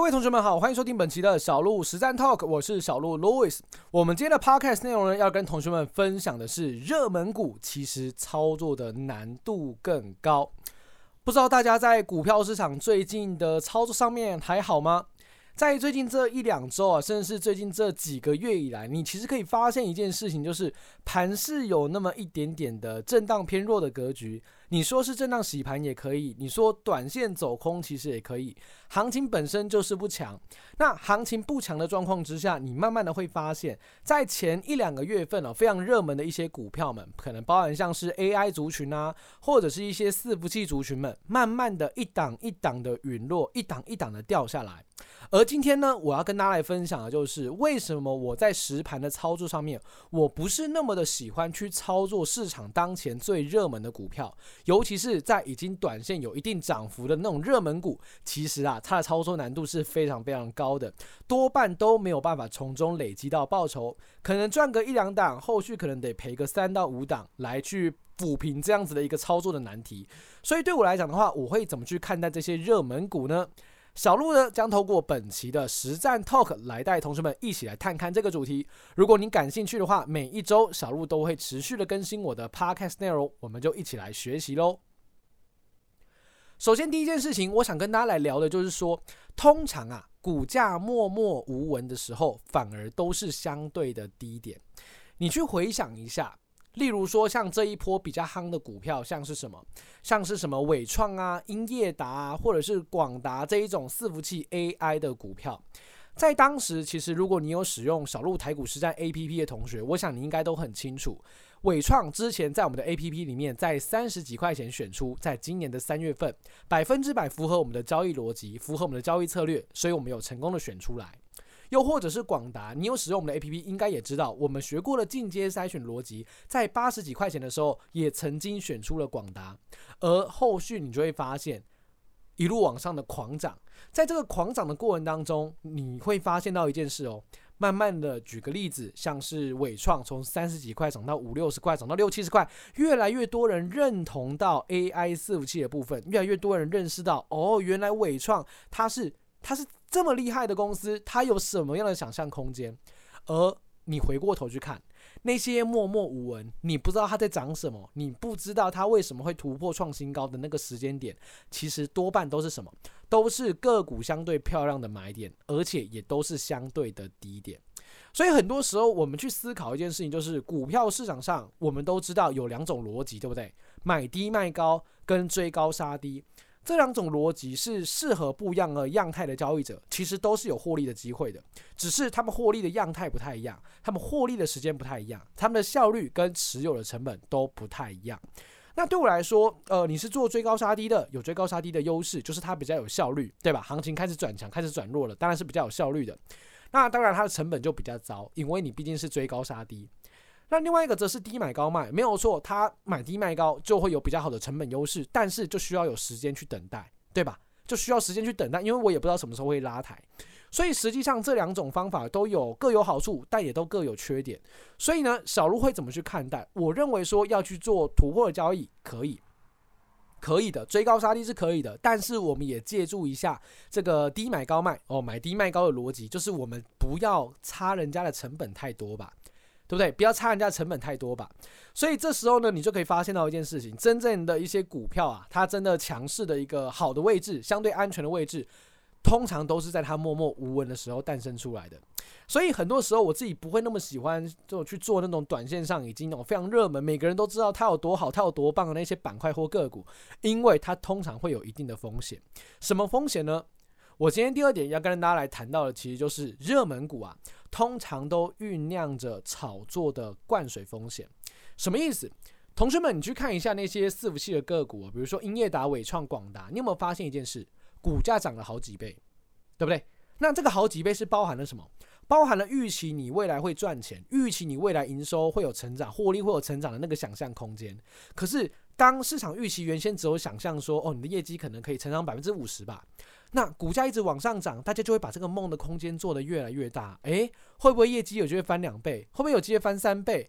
位同学们好，欢迎收听本期的小鹿实战 Talk， 我是小鹿 Louis。我们今天的 Podcast 内容呢，要跟同学们分享的是热门股其实操作的难度更高。不知道大家在股票市场最近的操作上面还好吗？在最近这1-2周啊，甚至是最近这几个月以来，你其实可以发现一件事情，就是盘势有那么一点点的震荡偏弱的格局。你说是震荡洗盘也可以，你说短线走空其实也可以，行情本身就是不强。那行情不强的状况之下，你慢慢的会发现，在前1-2个月份非常热门的一些股票们，可能包含像是 AI 族群啊，或者是一些伺服器族群们，慢慢的一档一档的陨落，一档一档的掉下来。而今天呢，我要跟大家来分享的就是为什么我在实盘的操作上面，我不是那么的喜欢去操作市场当前最热门的股票，尤其是在已经短线有一定涨幅的那种热门股，其实它的操作难度是非常非常高的，多半都没有办法从中累积到报酬，可能赚个1-2档，后续可能得赔个3到5档来去抚平这样子的一个操作的难题。所以对我来讲的话，我会怎么去看待这些热门股呢？小鹿呢将透过本期的实战 Talk 来带同学们一起来探看这个主题。如果你感兴趣的话，每一周小鹿都会持续的更新我的 Podcast 内容，我们就一起来学习咯。首先第一件事情，我想跟大家来聊的就是说，通常股价默默无闻的时候，反而都是相对的低点。你去回想一下，例如说像这一波比较夯的股票，像是什么伟创啊、英业达啊，或者是广达这一种伺服器 AI 的股票，在当时其实如果你有使用小鹿台股实战 APP 的同学，我想你应该都很清楚，伟创之前在我们的 APP 里面在30几块钱选出，在今年的3月份100%符合我们的交易逻辑，符合我们的交易策略，所以我们有成功的选出来。又或者是广达，你有使用我们的 APP 应该也知道，我们学过的进阶筛选逻辑，在80几块钱的时候也曾经选出了广达，而后续你就会发现一路往上的狂涨。在这个狂涨的过程当中，你会发现到一件事慢慢的举个例子，像是伟创从30几块涨到50-60块，涨到60-70块，越来越多人认同到 AI 伺服器的部分，越来越多人认识到原来伟创它是这么厉害的公司，它有什么样的想象空间。而你回过头去看那些默默无闻，你不知道它在涨什么，你不知道它为什么会突破创新高的那个时间点，其实多半都是什么？都是个股相对漂亮的买点，而且也都是相对的低点。所以很多时候我们去思考一件事情，就是股票市场上我们都知道有2种逻辑，对不对？买低卖高跟追高杀低，这2种逻辑是适合不一样的样态的交易者，其实都是有获利的机会的，只是他们获利的样态不太一样，他们获利的时间不太一样，他们的效率跟持有的成本都不太一样。那对我来说，你是做追高杀低的，有追高杀低的优势，就是它比较有效率，对吧？行情开始转强，开始转弱了，当然是比较有效率的。那当然它的成本就比较糟，因为你毕竟是追高杀低。那另外一个则是低买高卖，没有错，它买低卖高就会有比较好的成本优势，但是就需要有时间去等待，对吧？就需要时间去等待，因为我也不知道什么时候会拉抬。所以实际上这2种方法都各有好处，但也都各有缺点。所以呢，小鹿会怎么去看待？我认为说要去做突破的交易，可以的，追高杀低是可以的，但是我们也借助一下这个低买高卖买低卖高的逻辑，就是我们不要差人家的成本太多吧，对不对？不要差人家的成本太多吧。所以这时候呢，你就可以发现到一件事情，真正的一些股票它真的强势的一个好的位置，相对安全的位置，通常都是在它默默无闻的时候诞生出来的。所以很多时候我自己不会那么喜欢就去做那种短线上已经那种非常热门，每个人都知道它有多好，它有多棒的那些板块或个股，因为它通常会有一定的风险。什么风险呢？我今天第2点要跟大家来谈到的，其实就是热门股通常都酝酿着炒作的灌水风险。什么意思？同学们，你去看一下那些伺服器的个股比如说英业达、伟创、广达，你有没有发现一件事？股价涨了好几倍，对不对？那这个好几倍是包含了什么？包含了预期你未来会赚钱，预期你未来营收会有成长，获利会有成长的那个想象空间。可是当市场预期原先只有想象说你的业绩可能可以成长50%吧，那股价一直往上涨，大家就会把这个梦的空间做得越来越大。会不会业绩有机会翻2倍？会不会有机会翻3倍？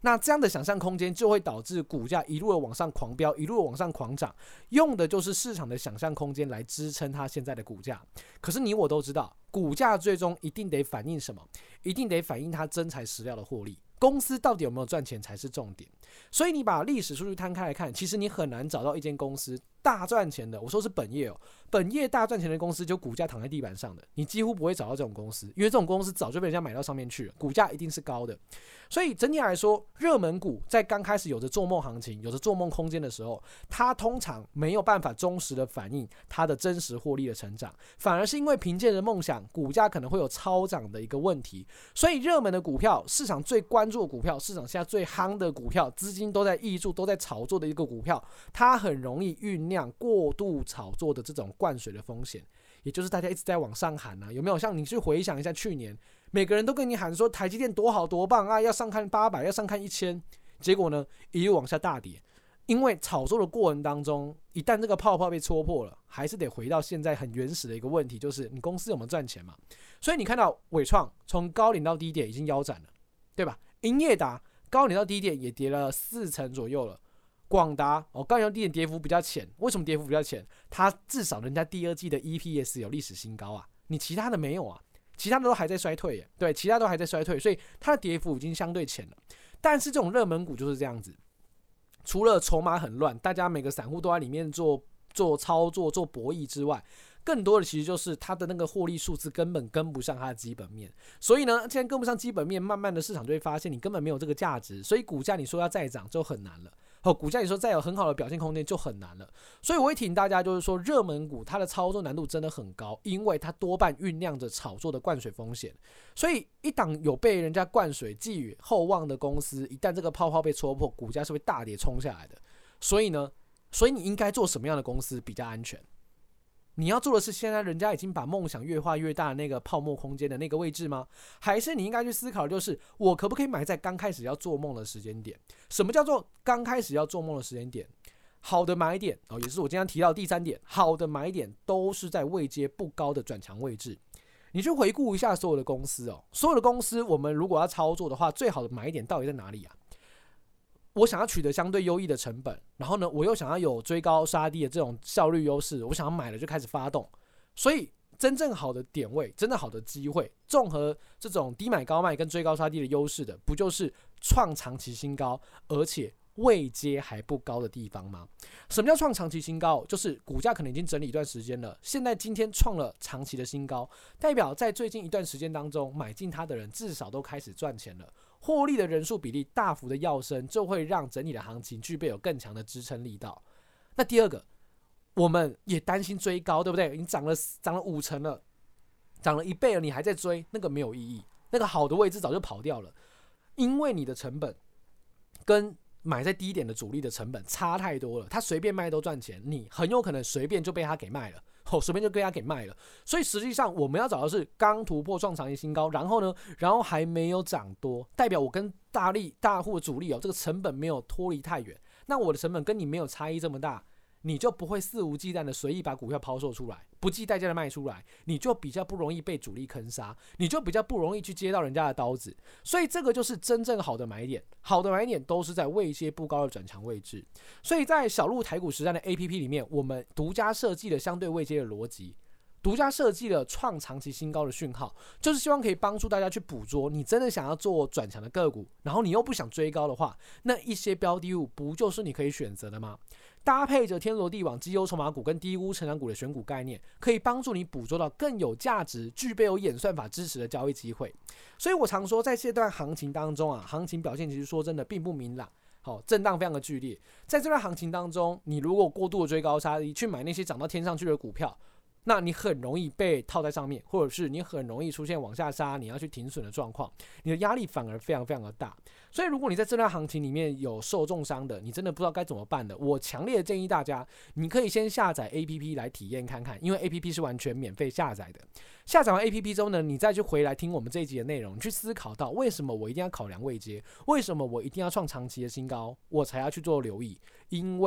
那这样的想象空间就会导致股价一路的往上狂飙，一路的往上狂涨，用的就是市场的想象空间来支撑它现在的股价。可是你我都知道，股价最终一定得反映什么？一定得反映它真材实料的获利。公司到底有没有赚钱才是重点。所以你把历史数据摊开来看，其实你很难找到一间公司大赚钱的，我说是本业哦，本业大赚钱的公司就股价躺在地板上的，你几乎不会找到这种公司，因为这种公司早就被人家买到上面去了，股价一定是高的。所以整体来说，热门股在刚开始有着做梦行情、有着做梦空间的时候，它通常没有办法忠实的反映它的真实获利的成长，反而是因为凭借着梦想，股价可能会有超涨的一个问题。所以热门的股票，市场最关注的股票，市场现在最夯的股票，资金都在挹注、都在炒作的一个股票，它很容易酝酿过度炒作的这种灌水的风险。也就是大家一直在往上喊啊，有没有？像你去回想一下去年，每个人都跟你喊说台积电多好多棒啊，要上看800，要上看1000，结果呢一路往下大跌。因为炒作的过程当中，一旦这个泡泡被戳破了，还是得回到现在很原始的一个问题，就是你公司有没有赚钱嘛？所以你看到伟创从高点到低点已经腰斩了，对吧？英业达高点到低点也跌了40%左右了。广达高点到低点跌幅比较浅，为什么跌幅比较浅？它至少人家第二季的 EPS 有历史新高啊，你其他的没有啊，其他的都还在衰退耶，对，其他都还在衰退，所以它的跌幅已经相对浅了。但是这种热门股就是这样子，除了筹码很乱，大家每个散户都在里面做操作、做博弈之外，更多的其实就是它的那个获利数字根本跟不上它的基本面。所以呢，既然跟不上基本面，慢慢的市场就会发现你根本没有这个价值，所以股价你说要再涨就很难了。股价你说再有很好的表现空间就很难了。所以我会提醒大家，就是说热门股它的操作难度真的很高，因为它多半酝酿着炒作的灌水风险。所以一档有被人家灌水寄予厚望的公司，一旦这个泡泡被戳破，股价是会大跌冲下来的。所以你应该做什么样的公司比较安全？你要做的是现在人家已经把梦想越画越大的那个泡沫空间的那个位置吗？还是你应该去思考，就是我可不可以买在刚开始要做梦的时间点？什么叫做刚开始要做梦的时间点？好的买点也是我今天提到的第3点，好的买点都是在位阶不高的转强位置。你去回顾一下所有的公司所有的公司，我们如果要操作的话，最好的买点到底在哪里啊？我想要取得相对优异的成本，然后呢，我又想要有追高杀低的这种效率优势，我想要买了就开始发动。所以真正好的点位，真的好的机会，综合这种低买高卖跟追高杀低的优势的，不就是创长期新高，而且位阶还不高的地方吗？什么叫创长期新高？就是股价可能已经整理一段时间了，现在今天创了长期的新高，代表在最近一段时间当中，买进它的人至少都开始赚钱了。获利的人数比例大幅的跃升，就会让整体的行情具备有更强的支撑力道。那第二个，我们也担心追高，对不对？你涨了5成了，涨了1倍了，你还在追，那个没有意义，那个好的位置早就跑掉了，因为你的成本跟买在低点的主力的成本差太多了，他随便卖都赚钱，你很有可能随便就被他给卖了。随便就被他给卖了，所以实际上我们要找的是刚突破创长期新高，然后还没有涨多，代表我跟大户的主力这个成本没有脱离太远，那我的成本跟你没有差异这么大，你就不会肆无忌惮的随意把股票抛售出来，不计代价的卖出来，你就比较不容易被主力坑杀，你就比较不容易去接到人家的刀子。所以这个就是真正好的买点，好的买点都是在位阶不高的转强位置。所以在小鹿台股实战的 APP 里面，我们独家设计了相对位阶的逻辑，独家设计了创长期新高的讯号，就是希望可以帮助大家去捕捉你真的想要做转强的个股，然后你又不想追高的话，那一些标的物不就是你可以选择的吗？搭配着天罗地网绩优筹码股跟低估成长股的选股概念，可以帮助你捕捉到更有价值、具备有演算法支持的交易机会。所以我常说，在这段行情当中行情表现其实说真的并不明朗，震荡非常的剧烈。在这段行情当中，你如果过度的追高杀低，去买那些涨到天上去的股票，那你很容易被套在上面，或者是你很容易出现往下杀，你要去停损的状况，你的压力反而非常非常的大。所以如果你在这段行情里面有受重伤的，你真的不知道该怎么办的，我强烈的建议大家，你可以先下载 APP 来体验看看，因为 APP 是完全免费下载的。下载完 APP 之后呢，你再去回来听我们这一集的内容，你去思考到为什么我一定要考量位阶，为什么我一定要创长期的新高，我才要去做留意，因为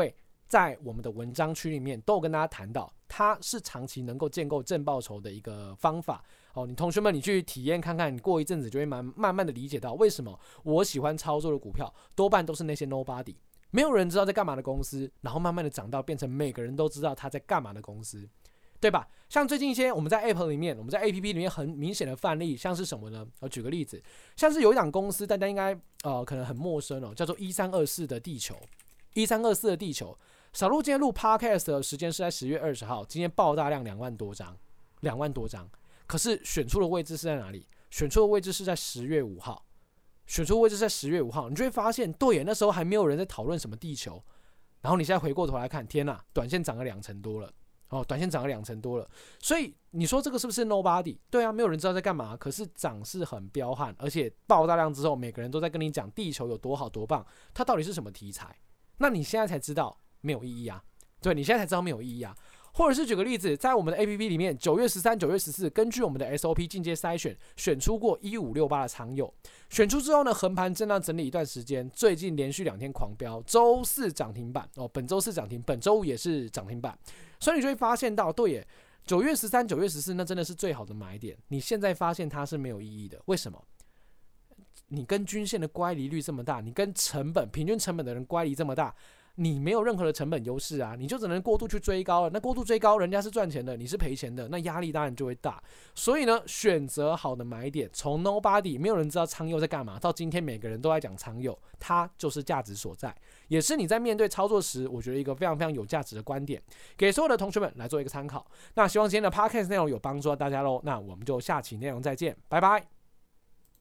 在我们的文章区里面都有跟大家谈到，它是长期能够建构正报酬的一个方法。你同学们，你去体验看看，你过一阵子就会慢慢的理解到，为什么我喜欢操作的股票多半都是那些 nobody， 没有人知道在干嘛的公司，然后慢慢的长到变成每个人都知道他在干嘛的公司，对吧？像最近一些我们在 App 里面，我们在 APP 里面很明显的范例，像是什么呢？我举个例子，像是有一档公司，大家应该可能很陌生叫做1324的地球。1324的地球，小鹿今天录 Podcast 的时间是在10月20号，今天爆大量2万多张。可是选出的位置是在哪里？选出的位置是在10月5号。你就会发现，对耶，那时候还没有人在讨论什么地球。然后你现在回过头来看，天哪，短线涨了20%多了。所以你说这个是不是 nobody？ 对啊，没有人知道在干嘛。可是涨势很彪悍，而且爆大量之后，每个人都在跟你讲地球有多好多棒，它到底是什么题材？那你现在才知道没有意义啊。对，你现在才知道没有意义啊。或者是举个例子，在我们的 APP 里面，9月13、9月14，根据我们的 SOP 进阶筛选，选出过1568的长友。选出之后呢，横盘震荡整理一段时间，最近连续2天狂飙，周四涨停板本周四涨停，本周五也是涨停板。所以你就会发现到，对耶，9月13、9月14，那真的是最好的买点。你现在发现它是没有意义的，为什么？你跟均线的乖离率这么大，你跟平均成本的人乖离这么大，你没有任何的成本优势啊，你就只能过度去追高了。那过度追高，人家是赚钱的，你是赔钱的，那压力当然就会大。所以呢，选择好的买点，从 nobody 没有人知道长友在干嘛，到今天每个人都在讲长友，它就是价值所在，也是你在面对操作时，我觉得一个非常非常有价值的观点，给所有的同学们来做一个参考。那希望今天的 podcast 内容有帮助到大家喽。那我们就下期内容再见，拜拜。